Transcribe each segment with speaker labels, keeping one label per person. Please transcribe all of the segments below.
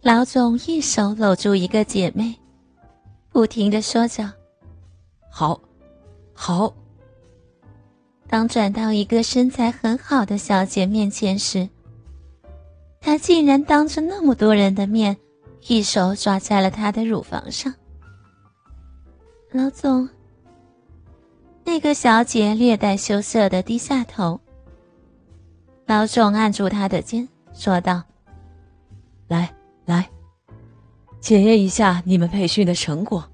Speaker 1: 老总一手搂住一个姐妹，不停地说着好好。当转到一个身材很好的小姐面前时，他竟然当着那么多人的面一手抓在了她的乳房上。老总，那个小姐略带羞涩地低下头。老总按住她的肩说道，
Speaker 2: 来来，检验一下你们培训的成果。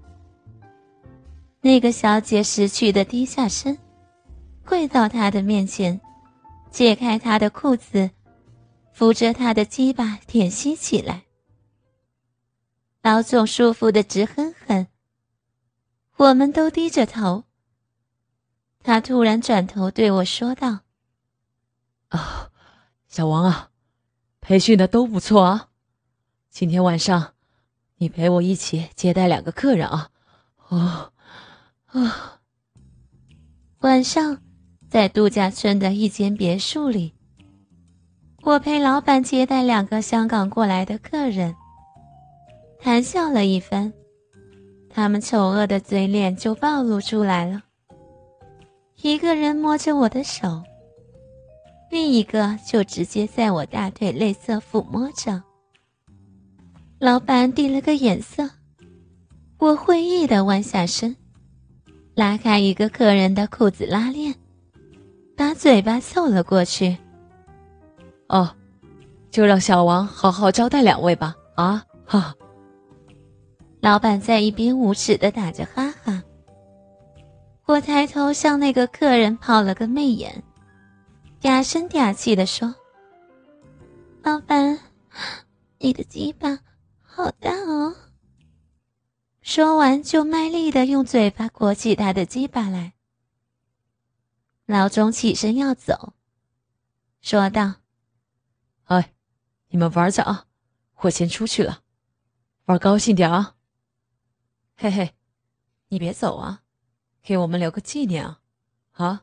Speaker 1: 那个小姐识趣地低下身，跪到他的面前，解开他的裤子，扶着他的鸡巴舔吸起来。老总舒服得直哼哼，我们都低着头。他突然转头对我说道，
Speaker 2: 小王啊，培训的都不错啊，今天晚上你陪我一起接待2个客人啊。
Speaker 1: 晚上在度假村的一间别墅里，我陪老板接待2个香港过来的客人，谈笑了一番，他们丑恶的嘴脸就暴露出来了。一个人摸着我的手，另一个就直接在我大腿内侧抚摸着。老板递了个眼色，我会意地弯下身，拉开一个客人的裤子拉链，把嘴巴凑了过去。
Speaker 2: 就让小王好好招待2位吧。
Speaker 1: 老板在一边无耻地打着哈哈。我抬头向那个客人抛了个媚眼，嗲声嗲气地说，老板，你的鸡巴好大哦。说完就卖力地用嘴巴裹起他的鸡巴来。老总起身要走，说道，
Speaker 2: 你们玩着啊，我先出去了，玩高兴点啊。嘿嘿，你别走啊，给我们留个纪念啊。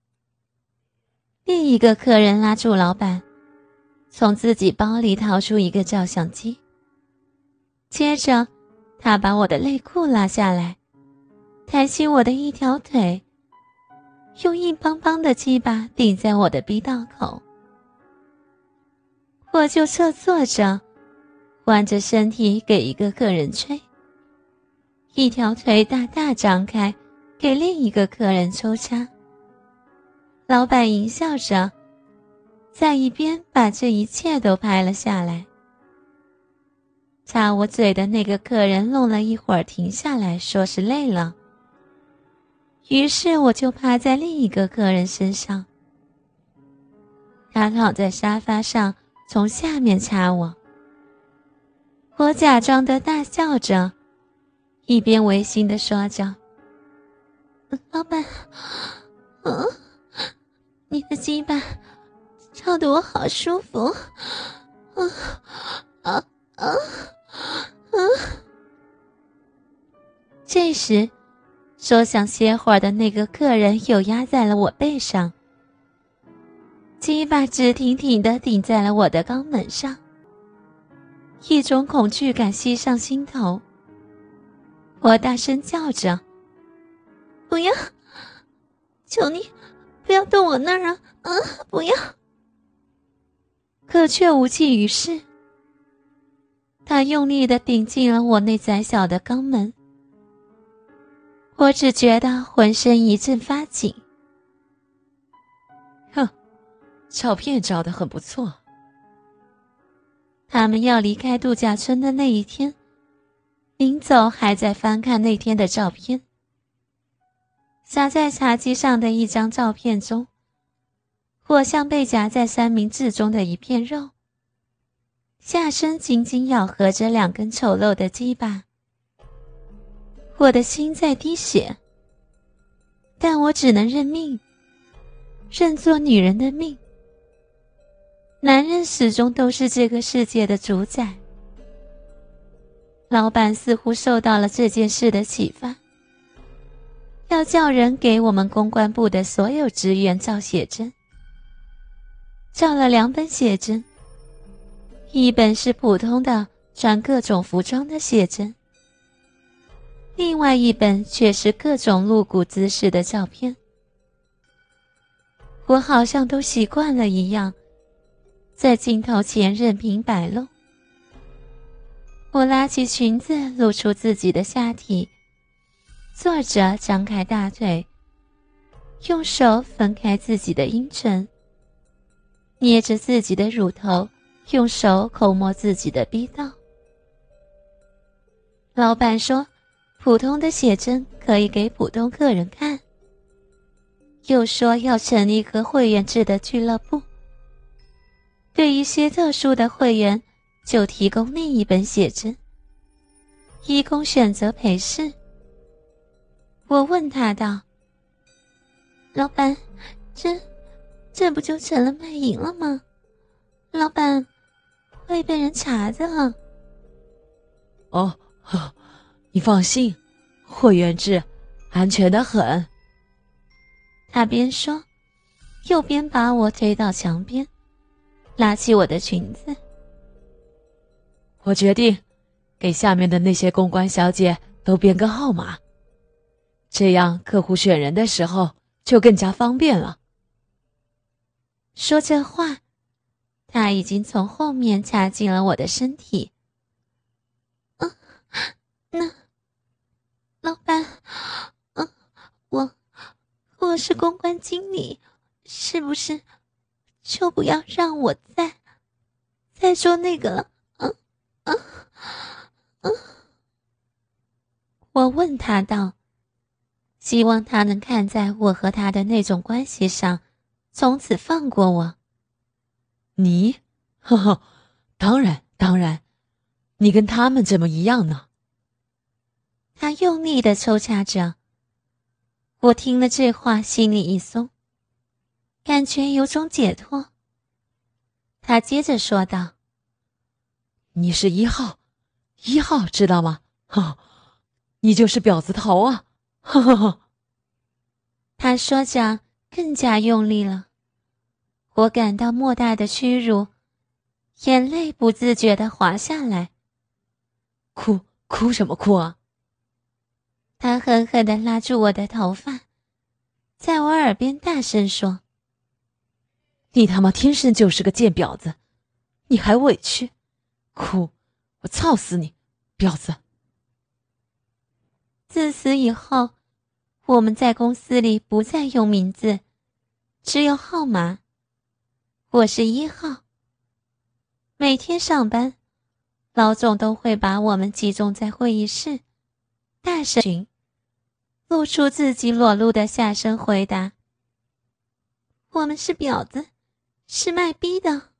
Speaker 1: 另一个客人拉住老板，从自己包里掏出一个照相机，接着他把我的内裤拉下来，抬起我的一条腿，用硬邦邦的鸡巴顶在我的逼道口。我就侧坐着，弯着身体给一个客人吹，一条腿大大张开，给另一个客人抽插。老板淫笑着，在一边把这一切都拍了下来。插我嘴的那个客人弄了一会儿停下来，说是累了。于是我就趴在另一个客人身上，他躺在沙发上，从下面插我。我假装的大笑着，一边违心的说着，老板，你的鸡巴操得我好舒服。这时说想歇会儿的那个客人又压在了我背上，鸡巴直挺挺地顶在了我的肛门上，一种恐惧感袭上心头。我大声叫着，不要，求你不要动我那儿啊，不要。可却无济于事，他用力地顶进了我那窄小的肛门，我只觉得浑身一阵发紧。
Speaker 2: 照片照得很不错。
Speaker 1: 他们要离开度假村的那一天，临走还在翻看那天的照片。夹在茶几上的一张照片中，我像被夹在三明治中的一片肉，下身紧紧咬合着2根丑陋的鸡巴。我的心在滴血，但我只能认命，认做女人的命。男人始终都是这个世界的主宰。老板似乎受到了这件事的启发，要叫人给我们公关部的所有职员照写真。照了2本写真，一本是普通的穿各种服装的写真，另外一本却是各种露骨姿势的照片。我好像都习惯了一样，在镜头前任凭摆露。我拉起裙子，露出自己的下体，坐着张开大腿，用手分开自己的阴唇，捏着自己的乳头，用手抠摸自己的逼道。老板说，普通的写真可以给普通客人看，又说要成立一个会员制的俱乐部，对一些特殊的会员就提供另一本写真，以供选择陪侍。我问他道：老板，这不就成了卖淫了吗？老板，会被人查的。
Speaker 2: 哦，你放心，会员制安全得很。
Speaker 1: 他边说，又边把我推到墙边，拉起我的裙子。
Speaker 2: 我决定给下面的那些公关小姐都编个号码，这样客户选人的时候就更加方便了。
Speaker 1: 说这话，他已经从后面插进了我的身体。那老板，我是公关经理，是不是就不要让我再说那个了？我问他道，希望他能看在我和他的那种关系上，从此放过我。
Speaker 2: 你？呵呵，当然，你跟他们这么一样呢。
Speaker 1: 他用力地抽插着，我听了这话心里一松，感觉有种解脱。他接着说道：
Speaker 2: 你是1号，1号知道吗？呵，你就是婊子头啊！呵呵呵。
Speaker 1: 他说着更加用力了，我感到莫大的屈辱，眼泪不自觉地滑下来。
Speaker 2: 哭什么哭啊？
Speaker 1: 他狠狠地拉住我的头发，在我耳边大声说：
Speaker 2: 你他妈天生就是个贱婊子，你还委屈哭，我操死你，婊子！
Speaker 1: 自此以后，我们在公司里不再用名字，只有号码。我是1号。每天上班，老总都会把我们集中在会议室，大声群，露出自己裸露的下身回答：我们是婊子，是卖逼的。